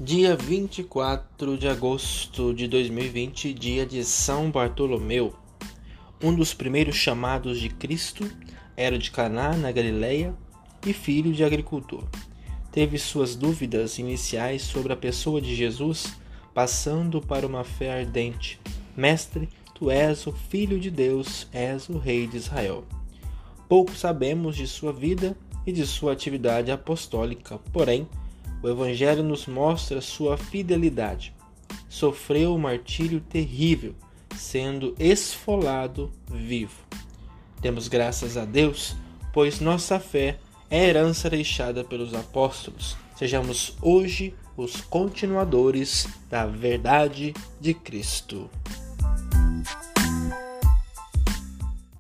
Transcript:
Dia 24 de agosto de 2020, dia de São Bartolomeu. Um dos primeiros chamados de Cristo era de Caná, na Galileia, e filho de agricultor. Teve suas dúvidas iniciais sobre a pessoa de Jesus, passando para uma fé ardente. Mestre, tu és o Filho de Deus, és o Rei de Israel. Pouco sabemos de sua vida e de sua atividade apostólica, porém, o Evangelho nos mostra sua fidelidade. Sofreu um martírio terrível, sendo esfolado vivo. Demos graças a Deus, pois nossa fé é a herança deixada pelos apóstolos. Sejamos hoje os continuadores da verdade de Cristo.